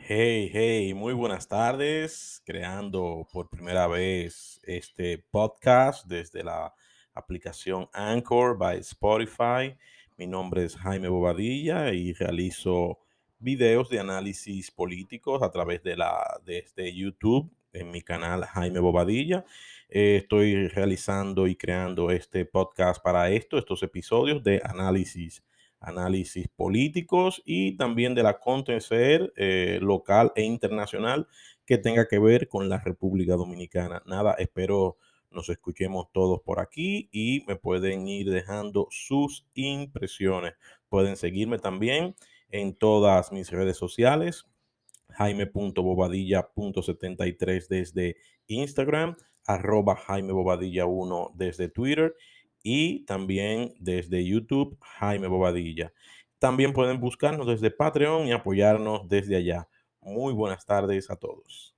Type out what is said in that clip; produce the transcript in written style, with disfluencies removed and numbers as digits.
Hey, muy buenas tardes. Creando por primera vez este podcast desde la aplicación Anchor by Spotify. Mi nombre es Jaime Bobadilla y realizo videos de análisis políticos a través de YouTube en mi canal Jaime Bobadilla. Estoy realizando y creando este podcast para estos episodios de análisis políticos y también del acontecer local e internacional que tenga que ver con la República Dominicana. Nada, espero nos escuchemos todos por aquí y me pueden ir dejando sus impresiones. Pueden seguirme también en todas mis redes sociales, jaime.bobadilla.73 desde Instagram, Jaime Bobadilla 1 desde Twitter y también desde YouTube, Jaime Bobadilla. También pueden buscarnos desde Patreon y apoyarnos desde allá. Muy buenas tardes a todos.